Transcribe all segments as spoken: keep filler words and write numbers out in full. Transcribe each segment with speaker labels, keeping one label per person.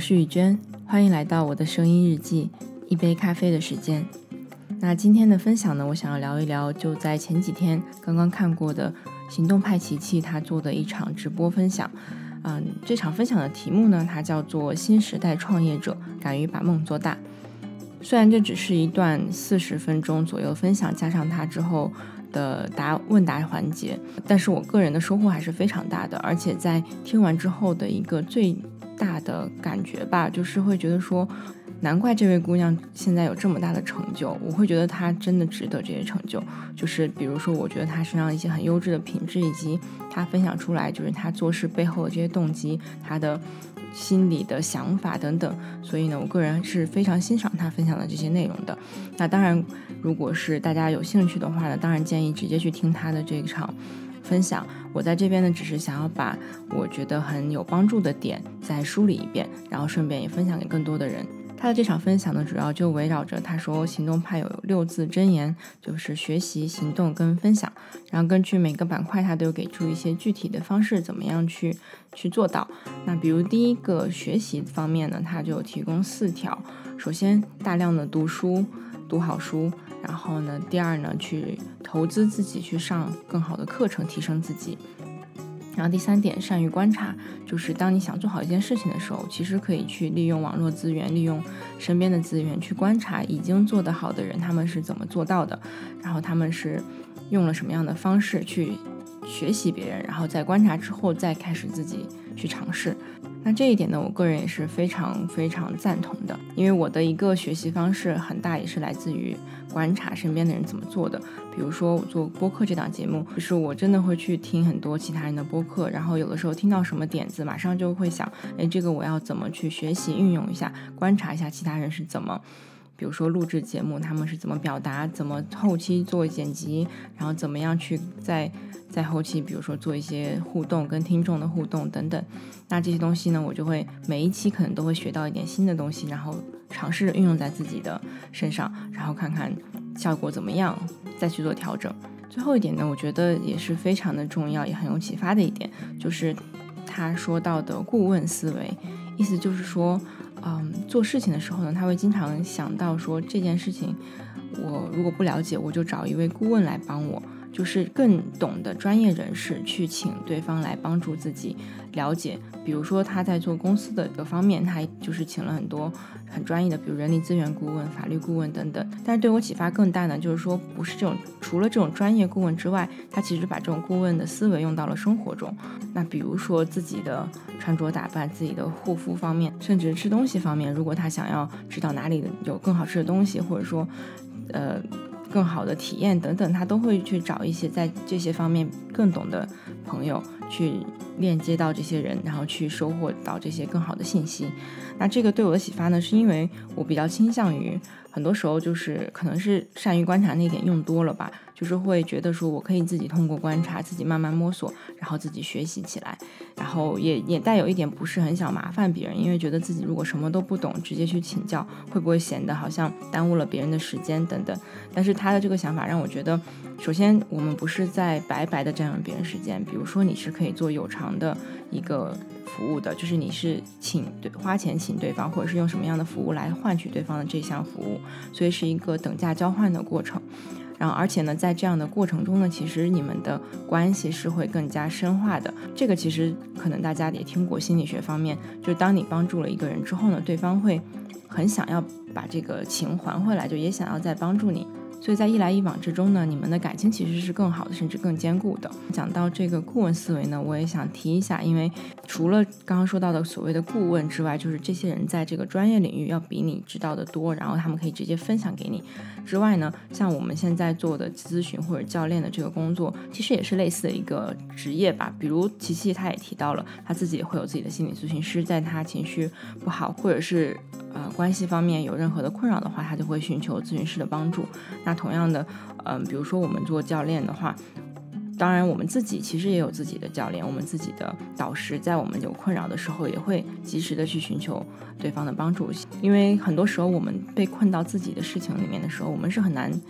Speaker 1: 是雨娟，欢迎来到我的声音日记，一杯咖啡的时间。那今天的分享呢，我想要聊一聊就在前几天刚刚看过的行动派琪琪他做的一场直播分享。嗯，这场分享的题目呢，它叫做新时代创业者敢于把梦做大。虽然这只是一段四十分钟左右分享，加上他之后的答问答环节，但是我个人的收获还是非常大的。而且在听完之后的一个最大的感觉吧，就是会觉得说，难怪这位姑娘现在有这么大的成就，我会觉得她真的值得这些成就。就是比如说，我觉得她身上一些很优质的品质，以及她分享出来就是她做事背后的这些动机，她的心理的想法等等，所以呢，我个人是非常欣赏她分享的这些内容的。那当然，如果是大家有兴趣的话呢，当然建议直接去听她的这场分享。我在这边呢，只是想要把我觉得很有帮助的点再梳理一遍，然后顺便也分享给更多的人。他的这场分享呢，主要就围绕着他说行动派有六字真言，就是学习、行动跟分享。然后根据每个板块，他都有给出一些具体的方式，怎么样去去做到。那比如第一个学习方面呢，他就有提供四条。首先，大量的读书，读好书。然后呢，第二呢，去投资自己，去上更好的课程，提升自己。然后第三点，善于观察，就是当你想做好一件事情的时候，其实可以去利用网络资源，利用身边的资源去观察已经做得好的人，他们是怎么做到的，然后他们是用了什么样的方式去学习别人，然后在观察之后再开始自己去尝试。那这一点呢，我个人也是非常非常赞同的，因为我的一个学习方式很大也是来自于观察身边的人怎么做的。比如说我做播客这档节目，就是我真的会去听很多其他人的播客，然后有的时候听到什么点子，马上就会想，哎，这个我要怎么去学习运用一下，观察一下其他人是怎么，比如说录制节目他们是怎么表达，怎么后期做剪辑，然后怎么样去在在后期比如说做一些互动，跟听众的互动等等。那这些东西呢，我就会每一期可能都会学到一点新的东西，然后尝试运用在自己的身上，然后看看效果怎么样，再去做调整。最后一点呢，我觉得也是非常的重要，也很有启发的一点，就是他说到的顾问思维。意思就是说嗯，做事情的时候呢，他会经常想到说，这件事情我如果不了解，我就找一位顾问来帮我，就是更懂的专业人士去请对方来帮助自己了解。比如说他在做公司的这方面，他就是请了很多很专业的，比如人力资源顾问、法律顾问等等。但是对我启发更大呢，就是说不是这种，除了这种专业顾问之外，他其实把这种顾问的思维用到了生活中。那比如说自己的穿着打扮、自己的护肤方面，甚至吃东西方面，如果他想要知道哪里有更好吃的东西，或者说呃更好的体验等等，他都会去找一些在这些方面更懂的朋友，去链接到这些人，然后去收获到这些更好的信息。那这个对我的启发呢，是因为我比较倾向于很多时候就是可能是善于观察那点用多了吧，就是会觉得说我可以自己通过观察，自己慢慢摸索，然后自己学习起来，然后也也带有一点不是很想麻烦别人，因为觉得自己如果什么都不懂，直接去请教，会不会显得好像耽误了别人的时间等等。但是他的这个想法让我觉得，首先我们不是在白白的占用别人时间，比如说你是可以做有偿的一个服务的，就是你是请对花钱请对方，或者是用什么样的服务来换取对方的这项服务，所以是一个等价交换的过程。然后而且呢，在这样的过程中呢，其实你们的关系是会更加深化的。这个其实可能大家也听过心理学方面，就当你帮助了一个人之后呢，对方会很想要把这个情还回来，就也想要再帮助你。所以在一来一往之中呢，你们的感情其实是更好的，甚至更坚固的。讲到这个顾问思维呢，我也想提一下，因为除了刚刚说到的所谓的顾问之外，就是这些人在这个专业领域要比你知道的多，然后他们可以直接分享给你之外呢，像我们现在做的咨询或者教练的这个工作，其实也是类似的一个职业吧。比如琪琪他也提到了，他自己也会有自己的心理咨询师，在他情绪不好或者是呃关系方面有任何的困扰的话，他就会寻求咨询师的帮助。那同样的嗯、呃，比如说我们做教练的话，当然我们自己其实也有自己的教练，我们自己的导师，在我们有困扰的时候也会及时的去寻求对方的帮助。因为很多时候我们被困到自己的事情里面的时候，我们是很难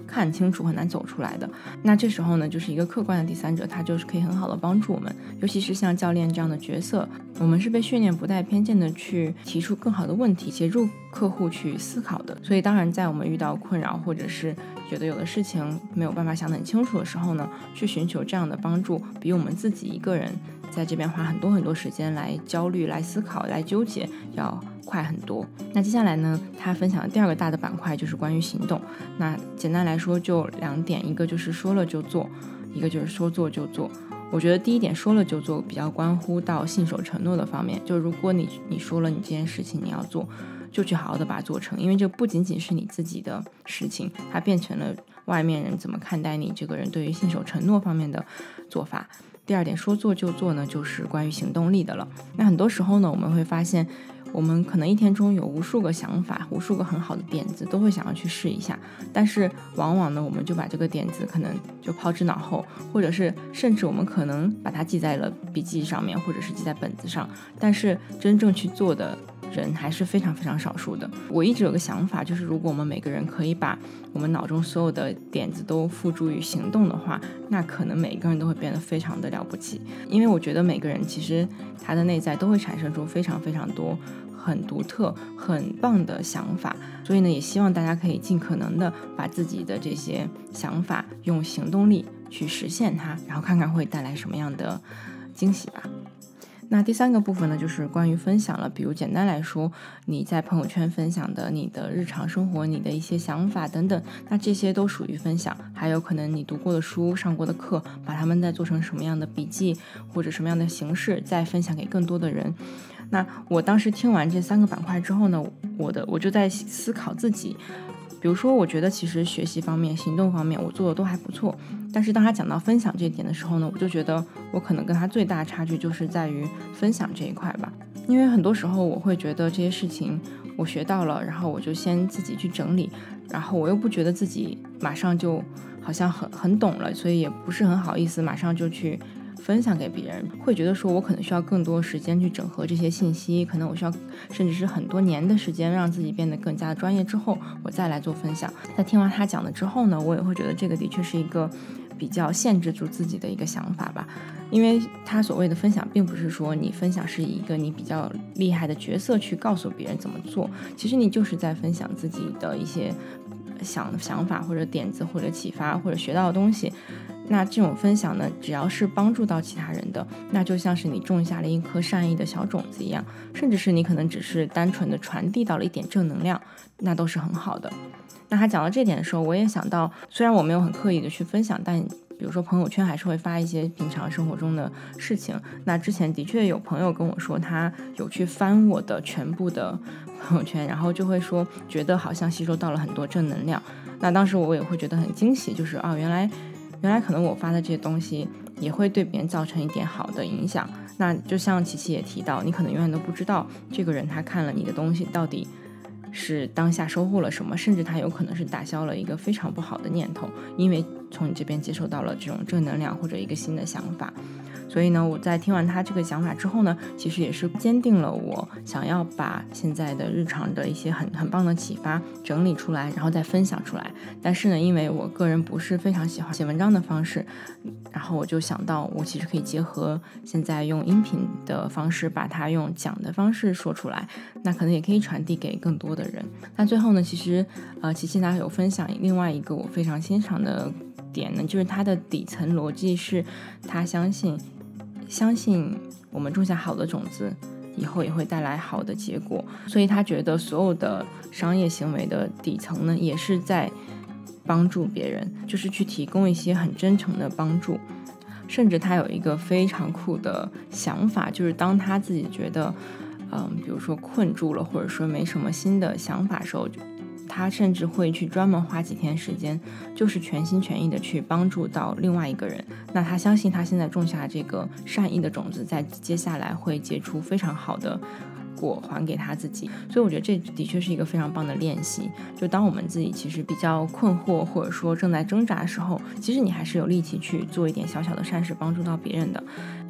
Speaker 1: 看清楚，很难走出来的。那这时候呢，就是一个客观的第三者，他就是可以很好的帮助我们，尤其是像教练这样的角色，我们是被训练不带偏见的去提出更好的问题，协助客户去思考的。所以当然在我们遇到困扰，或者是觉得有的事情没有办法想得很清楚的时候呢，去寻求这样的帮助，比我们自己一个人在这边花很多很多时间来焦虑、来思考、来纠结要快很多。那接下来呢，他分享的第二个大的板块就是关于行动。那简单来说就两点，一个就是说了就做，一个就是说做就做。我觉得第一点说了就做比较关乎到信守承诺的方面，就如果你你说了你这件事情你要做，就去好好的把它做成，因为这不仅仅是你自己的事情，它变成了外面人怎么看待你这个人对于信守承诺方面的做法。第二点说做就做呢，就是关于行动力的了。那很多时候呢，我们会发现我们可能一天中有无数个想法，无数个很好的点子都会想要去试一下，但是往往呢我们就把这个点子可能就抛之脑后，或者是甚至我们可能把它记在了笔记上面，或者是记在本子上，但是真正去做的人还是非常非常少数的。我一直有个想法，就是如果我们每个人可以把我们脑中所有的点子都付诸于行动的话，那可能每一个人都会变得非常的了不起。因为我觉得每个人其实他的内在都会产生出非常非常多很独特很棒的想法，所以呢也希望大家可以尽可能的把自己的这些想法用行动力去实现它，然后看看会带来什么样的惊喜吧。那第三个部分呢，就是关于分享了。比如简单来说，你在朋友圈分享的你的日常生活，你的一些想法等等，那这些都属于分享。还有可能你读过的书、上过的课，把它们再做成什么样的笔记或者什么样的形式，再分享给更多的人。那我当时听完这三个板块之后呢，我的我就在思考自己，比如说我觉得其实学习方面、行动方面我做的都还不错，但是当他讲到分享这一点的时候呢，我就觉得我可能跟他最大的差距就是在于分享这一块吧。因为很多时候我会觉得这些事情我学到了，然后我就先自己去整理，然后我又不觉得自己马上就好像很很懂了，所以也不是很好意思马上就去分享给别人，会觉得说我可能需要更多时间去整合这些信息，可能我需要甚至是很多年的时间让自己变得更加的专业之后，我再来做分享。在听完他讲了之后呢，我也会觉得这个的确是一个比较限制住自己的一个想法吧。因为他所谓的分享并不是说你分享是以一个你比较厉害的角色去告诉别人怎么做，其实你就是在分享自己的一些想想法或者点子或者启发或者学到的东西。那这种分享呢，只要是帮助到其他人的，那就像是你种下了一颗善意的小种子一样，甚至是你可能只是单纯的传递到了一点正能量，那都是很好的。那他讲到这点的时候，我也想到，虽然我没有很刻意的去分享，但比如说朋友圈还是会发一些平常生活中的事情。那之前的确有朋友跟我说，他有去翻我的全部的朋友圈，然后就会说觉得好像吸收到了很多正能量。那当时我也会觉得很惊喜，就是啊，原来原来可能我发的这些东西也会对别人造成一点好的影响。那就像琪琪也提到，你可能永远都不知道这个人他看了你的东西到底是当下收获了什么，甚至他有可能是打消了一个非常不好的念头，因为从你这边接受到了这种正能量或者一个新的想法。所以呢，我在听完他这个想法之后呢，其实也是坚定了我想要把现在的日常的一些很很棒的启发整理出来，然后再分享出来。但是呢，因为我个人不是非常喜欢写文章的方式，然后我就想到我其实可以结合现在用音频的方式把它用讲的方式说出来，那可能也可以传递给更多的人。那最后呢，其实呃，琪琪呢有分享另外一个我非常欣赏的点呢，就是它的底层逻辑是他相信相信我们种下好的种子以后也会带来好的结果，所以他觉得所有的商业行为的底层呢，也是在帮助别人，就是去提供一些很真诚的帮助。甚至他有一个非常酷的想法，就是当他自己觉得嗯，比如说困住了，或者说没什么新的想法的时候，他甚至会去专门花几天时间，就是全心全意的去帮助到另外一个人。那他相信他现在种下这个善意的种子，在接下来会结出非常好的果还给他自己。所以我觉得这的确是一个非常棒的练习，就当我们自己其实比较困惑或者说正在挣扎的时候，其实你还是有力气去做一点小小的善事帮助到别人的。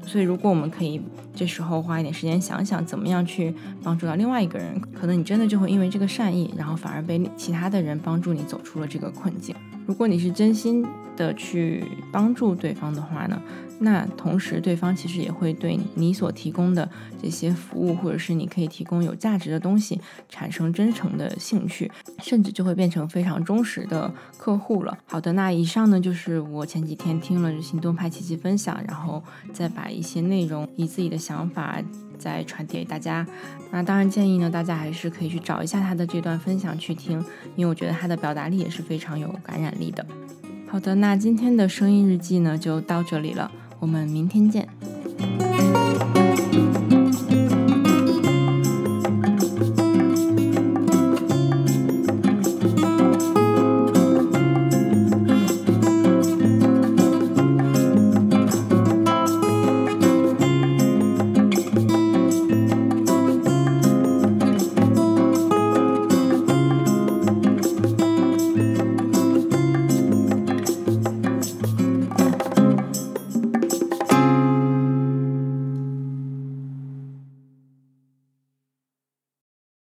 Speaker 1: 所以如果我们可以这时候花一点时间想想怎么样去帮助到另外一个人，可能你真的就会因为这个善意，然后反而被其他的人帮助你走出了这个困境。如果你是真心的去帮助对方的话呢，那同时对方其实也会对你所提供的这些服务，或者是你可以提供有价值的东西产生真诚的兴趣，甚至就会变成非常忠实的客户了。好的，那以上呢就是我前几天听了行动派奇奇分享，然后再把一些内容以自己的想法再传递给大家。那当然建议呢，大家还是可以去找一下他的这段分享去听，因为我觉得他的表达力也是非常有感染力的。好的，那今天的声音日记呢就到这里了，我们明天见。